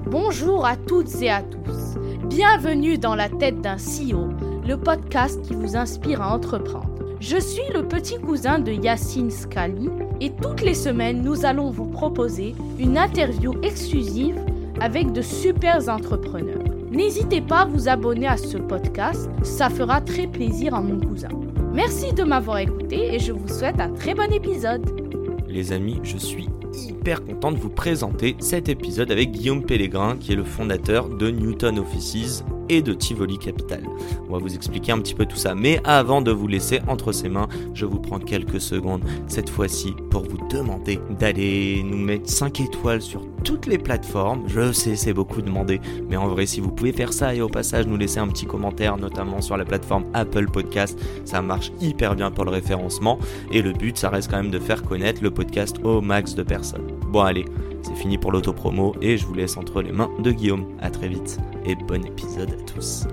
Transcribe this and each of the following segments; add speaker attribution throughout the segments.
Speaker 1: Bonjour à toutes et à tous. Bienvenue dans La tête d'un CEO, le podcast qui vous inspire à entreprendre. Je suis le petit cousin de Yacine Scali et toutes les semaines, nous allons vous proposer une interview exclusive avec de super entrepreneurs. N'hésitez pas à vous abonner à ce podcast, ça fera très plaisir à mon cousin. Merci de m'avoir écouté et je vous souhaite un très bon épisode.
Speaker 2: Les amis, je suis hyper content de vous présenter cet épisode avec Guillaume Pellegrin, qui est le fondateur de Newton Offices et de Tivoli Capital. On va vous expliquer un petit peu tout ça, mais avant de vous laisser entre ses mains, je vous prends quelques secondes, cette fois-ci, pour vous demander d'aller nous mettre 5 étoiles sur toutes les plateformes. Je sais, c'est beaucoup demandé, mais en vrai, si vous pouvez faire ça et au passage nous laisser un petit commentaire, notamment sur la plateforme Apple Podcast, ça marche hyper bien pour le référencement, et le but, ça reste quand même de faire connaître le podcast au max de personnes. Bon allez, c'est fini pour l'autopromo et je vous laisse entre les mains de Guillaume. À très vite et bon épisode à tous.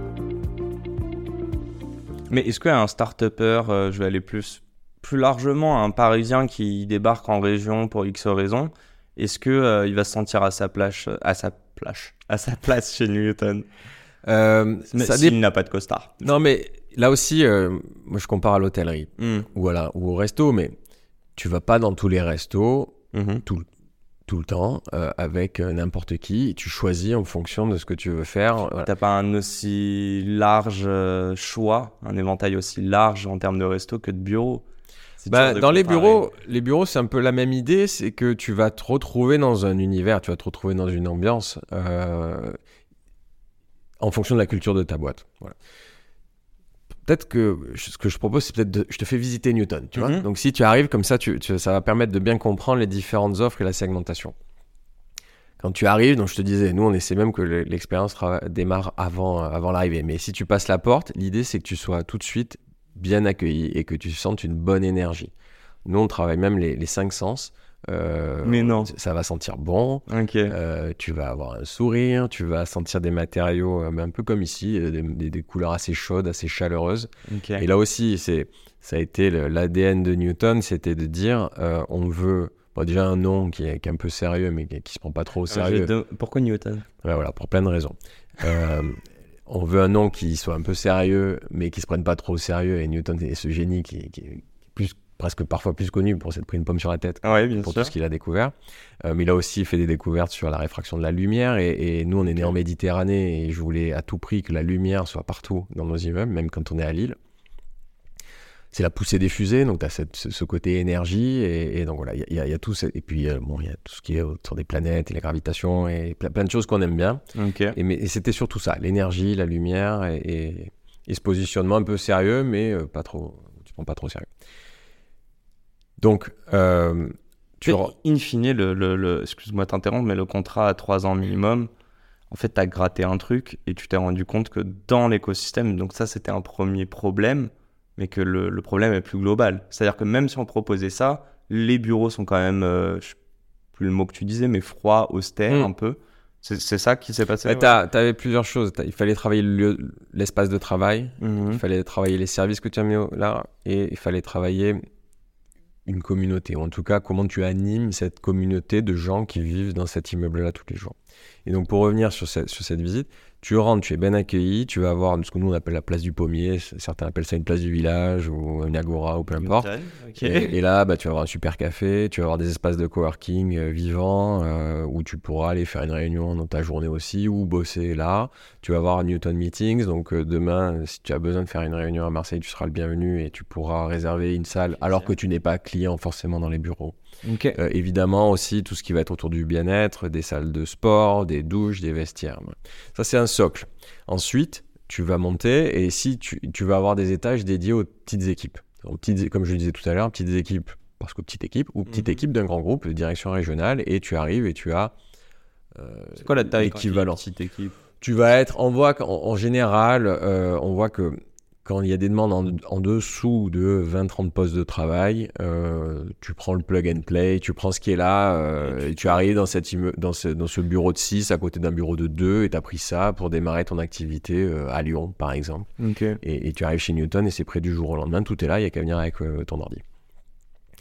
Speaker 3: Mais est-ce qu'un start-upper, je vais aller plus largement, un Parisien qui débarque en région pour X raisons, est-ce que il va se sentir à sa place chez Newton, s'il n'a pas de costard?
Speaker 4: Non, mais là aussi, moi je compare à l'hôtellerie ou au resto, mais tu vas pas dans tous les restos tout le temps avec n'importe qui. Tu choisis en fonction de ce que tu veux faire. Voilà.
Speaker 3: T'as pas un aussi large choix, un éventail aussi large en termes de resto que de bureaux?
Speaker 4: Dans les bureaux, c'est un peu la même idée, c'est que tu vas te retrouver dans un univers, tu vas te retrouver dans une ambiance en fonction de la culture de ta boîte. Voilà. Peut-être que ce que je propose, c'est je te fais visiter Newton, tu vois. Donc, si tu arrives comme ça, ça va permettre de bien comprendre les différentes offres et la segmentation. Quand tu arrives, donc je te disais, nous, on essaie même que l'expérience démarre avant l'arrivée. Mais si tu passes la porte, l'idée, c'est que tu sois tout de suite bien accueilli et que tu sentes une bonne énergie. Nous, on travaille même les 5 sens.
Speaker 3: Mais non.
Speaker 4: Ça va sentir bon.
Speaker 3: Okay.
Speaker 4: Tu vas avoir un sourire, tu vas sentir des matériaux un peu comme ici, des couleurs assez chaudes, assez chaleureuses.
Speaker 3: Okay.
Speaker 4: Et là aussi, ça a été l'ADN de Newton, c'était de dire on veut déjà un nom qui est un peu sérieux, mais qui se prend pas trop au sérieux.
Speaker 3: Pourquoi Newton?
Speaker 4: Voilà, pour plein de raisons. On veut un nom qui soit un peu sérieux, mais qui se prenne pas trop au sérieux. Et Newton est ce génie qui est presque parfois plus connu pour s'être pris une pomme sur la tête, pour tout ce qu'il a découvert. Mais il a aussi fait des découvertes sur la réfraction de la lumière. Et nous, on est né en Méditerranée et je voulais à tout prix que la lumière soit partout dans nos immeubles, même quand on est à Lille. C'est la poussée des fusées, donc tu as ce côté énergie. Et donc voilà, il y a tout ça. Et puis, il y a tout ce qui est autour des planètes et la gravitation et plein de choses qu'on aime bien.
Speaker 3: Okay.
Speaker 4: Et c'était surtout ça, l'énergie, la lumière et ce positionnement un peu sérieux, mais pas trop, tu ne prends pas trop au sérieux. Donc,
Speaker 3: in fine, excuse-moi de t'interrompre, mais le contrat à 3 ans minimum, en fait, tu as gratté un truc et tu t'es rendu compte que dans l'écosystème, donc ça, c'était un premier problème, mais que le problème est plus global. C'est-à-dire que même si on proposait ça, les bureaux sont quand même, je ne sais plus le mot que tu disais, mais froids, austères un peu. C'est ça qui s'est passé?
Speaker 4: T'avais plusieurs choses. Il fallait travailler l'espace de travail, il fallait travailler les services que tu as mis là, et il fallait travailler une communauté, ou en tout cas comment tu animes cette communauté de gens qui vivent dans cet immeuble-là tous les jours. Et donc pour revenir sur cette visite, tu rentres, tu es bien accueilli, tu vas avoir ce que nous on appelle la place du pommier, certains appellent ça une place du village ou une agora ou peu importe. Okay. Et là, tu vas avoir un super café, tu vas avoir des espaces de coworking vivants où tu pourras aller faire une réunion dans ta journée aussi ou bosser là. Tu vas avoir Newton Meetings, donc demain, si tu as besoin de faire une réunion à Marseille, tu seras le bienvenu et tu pourras réserver une salle alors que tu n'es pas client forcément dans les bureaux.
Speaker 3: Okay.
Speaker 4: Évidemment aussi tout ce qui va être autour du bien-être, des salles de sport, des douches, des vestiaires. Ça c'est un socle. Ensuite, tu vas monter et si tu vas avoir des étages dédiés aux petites équipes. Comme je le disais tout à l'heure, petites équipes parce que petite équipe ou petite équipe d'un grand groupe de direction régionale et tu arrives et tu as
Speaker 3: c'est quoi la taille
Speaker 4: équivalent.
Speaker 3: Petite équipe?
Speaker 4: Tu vas être, on voit qu'en général, on voit que quand il y a des demandes en dessous de 20-30 postes de travail, tu prends le plug and play, tu prends ce qui est là, et tu arrives dans ce bureau de 6 à côté d'un bureau de 2 et tu as pris ça pour démarrer ton activité à Lyon, par exemple.
Speaker 3: Okay.
Speaker 4: Et tu arrives chez Newton et c'est prêt du jour au lendemain, tout est là, il n'y a qu'à venir avec ton ordi.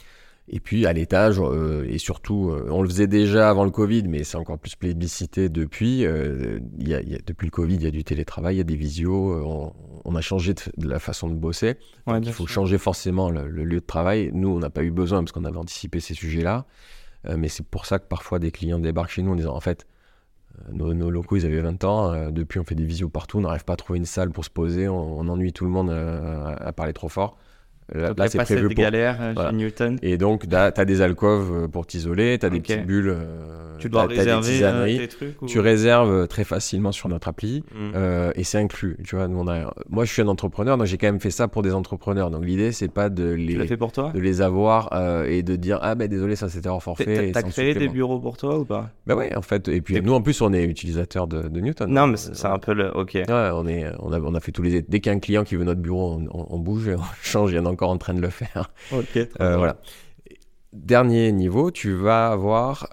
Speaker 4: Et puis à l'étage, et surtout, on le faisait déjà avant le Covid, mais c'est encore plus plébiscité depuis. Depuis le Covid, il y a du télétravail, il y a des visios, on a changé de la façon de bosser.
Speaker 3: Ouais,
Speaker 4: Il faut changer forcément le lieu de travail. Nous, on n'a pas eu besoin parce qu'on avait anticipé ces sujets-là. Mais c'est pour ça que parfois des clients débarquent chez nous en disant, en fait, nos locaux, ils avaient 20 ans. Depuis, on fait des visios partout. On n'arrive pas à trouver une salle pour se poser. On ennuie tout le monde à parler trop fort.
Speaker 3: Donc,
Speaker 4: Là, c'est
Speaker 3: pas
Speaker 4: prévu
Speaker 3: cette galère
Speaker 4: voilà.
Speaker 3: chez Newton.
Speaker 4: Et donc, tu as des alcôves pour t'isoler, tu as des petites bulles.
Speaker 3: Tu dois réserver tes trucs ou...
Speaker 4: Tu réserves très facilement sur notre appli et c'est inclus. Tu vois, moi, je suis un entrepreneur, donc j'ai quand même fait ça pour des entrepreneurs. Donc, l'idée, c'est pas de
Speaker 3: Tu l'as fait pour toi ?
Speaker 4: de les avoir et de dire ah ben désolé, ça c'était hors forfait.
Speaker 3: T'as créé des bureaux pour toi ou pas ?
Speaker 4: Ben ouais, en fait. Et puis nous, en plus, on est utilisateurs de Newton.
Speaker 3: Non, mais c'est un peu le. Ok.
Speaker 4: Ouais, on a fait tous les. Dès qu'il y a un client qui veut notre bureau, on bouge, on change. Il y en a encore en train de le faire.
Speaker 3: Ok.
Speaker 4: Voilà. Dernier niveau, tu vas avoir.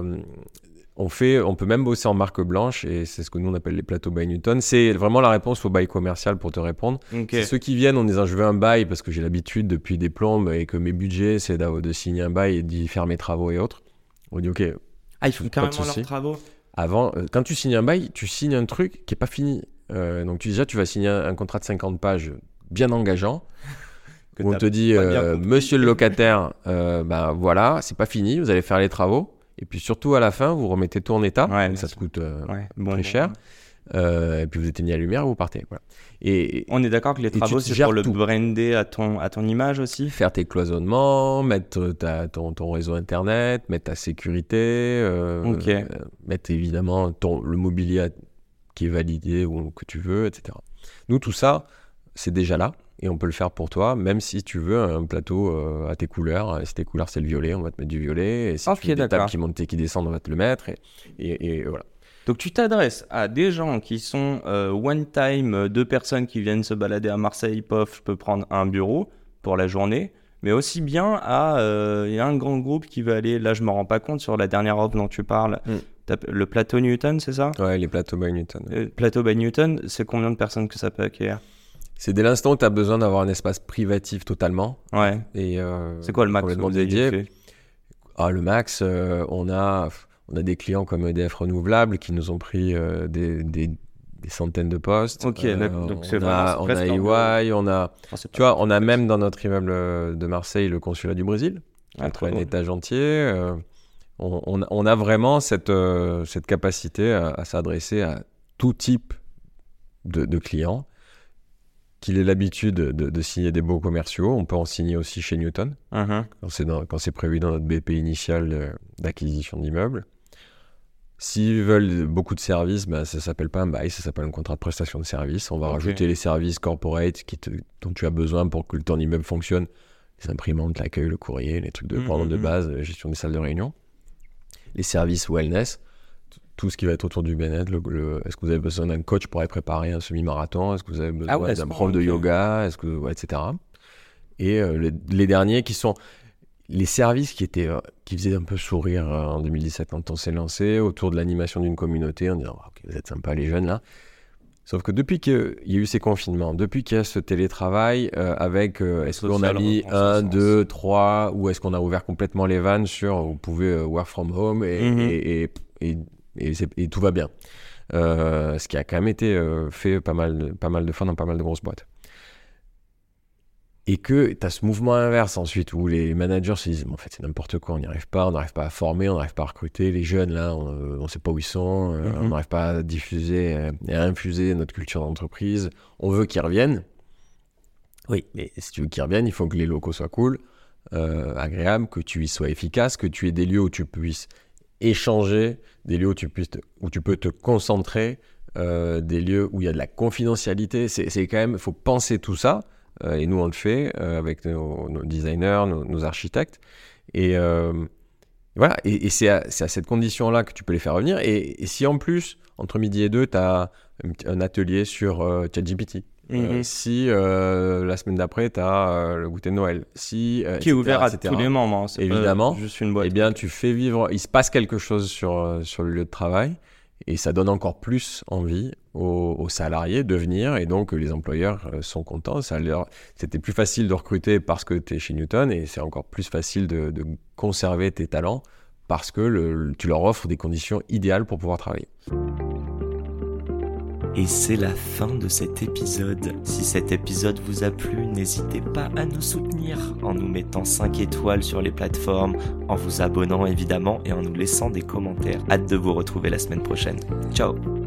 Speaker 4: On peut même bosser en marque blanche et c'est ce que nous on appelle les plateaux by Newton. C'est vraiment la réponse au bail commercial pour te répondre.
Speaker 3: Okay.
Speaker 4: C'est ceux qui viennent en disant je veux un bail parce que j'ai l'habitude depuis des plombes et que mes budgets c'est de signer un bail et d'y faire mes travaux et autres. On dit ok.
Speaker 3: Ah, ils font carrément leurs travaux.
Speaker 4: Avant, quand tu signes un bail, tu signes un truc qui est pas fini. Donc tu vas signer un contrat de 50 pages bien engageant. Où on te dit monsieur le locataire, ben voilà, c'est pas fini, vous allez faire les travaux. Et puis surtout à la fin, vous remettez tout en état, donc ça te coûte très cher. Et puis vous éteignez la lumière et vous partez. Voilà. Et
Speaker 3: on est d'accord que les travaux, c'est pour le brander à ton image aussi ?
Speaker 4: Faire tes cloisonnements, mettre ton réseau internet, mettre ta sécurité, mettre évidemment le mobilier qui est validé ou que tu veux, etc. Nous, tout ça, c'est déjà là. Et on peut le faire pour toi, même si tu veux un plateau à tes couleurs. Si tes couleurs, c'est le violet, on va te mettre du violet. Et si tu veux des tables qui montent et qui descendent, on va te le mettre. Et voilà.
Speaker 3: Donc, tu t'adresses à des gens qui sont one-time, 2 personnes qui viennent se balader à Marseille. Pof, je peux prendre un bureau pour la journée. Mais aussi bien il y a un grand groupe qui veut aller, là, je ne me rends pas compte, sur la dernière offre dont tu parles. Le plateau Newton, c'est ça ?
Speaker 4: Ouais, les plateaux by Newton.
Speaker 3: Plateau by Newton, c'est combien de personnes que ça peut accueillir ?
Speaker 4: C'est dès l'instant où tu as besoin d'avoir un espace privatif totalement.
Speaker 3: Ouais.
Speaker 4: Et,
Speaker 3: c'est quoi le max
Speaker 4: complètement dédié ? Le max, on a des clients comme EDF Renouvelable qui nous ont pris des centaines de postes.
Speaker 3: Ok, donc c'est
Speaker 4: vraiment... On a EY, on a même dans notre immeuble de Marseille le consulat du Brésil, avec un étage entier. On a vraiment cette capacité à s'adresser à tout type de clients. Qu'il ait l'habitude de signer des baux commerciaux. On peut en signer aussi chez Newton, quand c'est prévu dans notre BP initial d'acquisition d'immeubles. S'ils veulent beaucoup de services, ça ne s'appelle pas un bail, ça s'appelle un contrat de prestation de services. On va rajouter les services corporate dont tu as besoin pour que ton immeuble fonctionne. Les imprimantes, l'accueil, le courrier, les trucs de commande de base, la gestion des salles de réunion. Les services wellness. Tout ce qui va être autour du bien-être, est-ce que vous avez besoin d'un coach pour aller préparer un semi-marathon ? Est-ce que vous avez besoin d'un prof de yoga ? Etc. Et les derniers qui sont les services qui faisaient un peu sourire en 2017 quand on s'est lancé autour de l'animation d'une communauté en disant « vous êtes sympas les jeunes là ». Sauf que depuis qu'il y a eu ces confinements, depuis qu'il y a ce télétravail est-ce qu'on a mis 1, 2, 3 ou est-ce qu'on a ouvert complètement les vannes sur vous pouvez work from home et tout va bien. Ce qui a quand même été fait pas mal de fois dans pas mal de grosses boîtes. Et que tu as ce mouvement inverse ensuite où les managers se disent en fait c'est n'importe quoi, on n'arrive pas à former, on n'arrive pas à recruter. Les jeunes là, on ne sait pas où ils sont, on n'arrive pas à diffuser et à infuser notre culture d'entreprise. On veut qu'ils reviennent. Oui, mais si tu veux qu'ils reviennent, il faut que les locaux soient cool, agréables, que tu y sois efficace, que tu aies des lieux où tu puisses échanger, des lieux où tu peux te concentrer, des lieux où il y a de la confidentialité. C'est quand même, il faut penser tout ça. Et nous, on le fait avec nos designers, nos architectes. Et voilà. Et c'est à cette condition-là que tu peux les faire revenir. Et si en plus, entre midi et 2, tu as un atelier sur ChatGPT. Si la semaine d'après, tu as le goûter de Noël. Qui
Speaker 3: est ouvert à tous les membres.
Speaker 4: Évidemment.
Speaker 3: Juste une boîte.
Speaker 4: Eh bien, tu fais vivre. Il se passe quelque chose sur le lieu de travail. Et ça donne encore plus envie aux salariés de venir, et donc les employeurs sont contents. C'était plus facile de recruter parce que tu es chez Newton, et c'est encore plus facile de conserver tes talents parce que tu leur offres des conditions idéales pour pouvoir travailler.
Speaker 2: Et c'est la fin de cet épisode. Si cet épisode vous a plu, n'hésitez pas à nous soutenir en nous mettant 5 étoiles sur les plateformes, en vous abonnant évidemment et en nous laissant des commentaires. Hâte de vous retrouver la semaine prochaine. Ciao!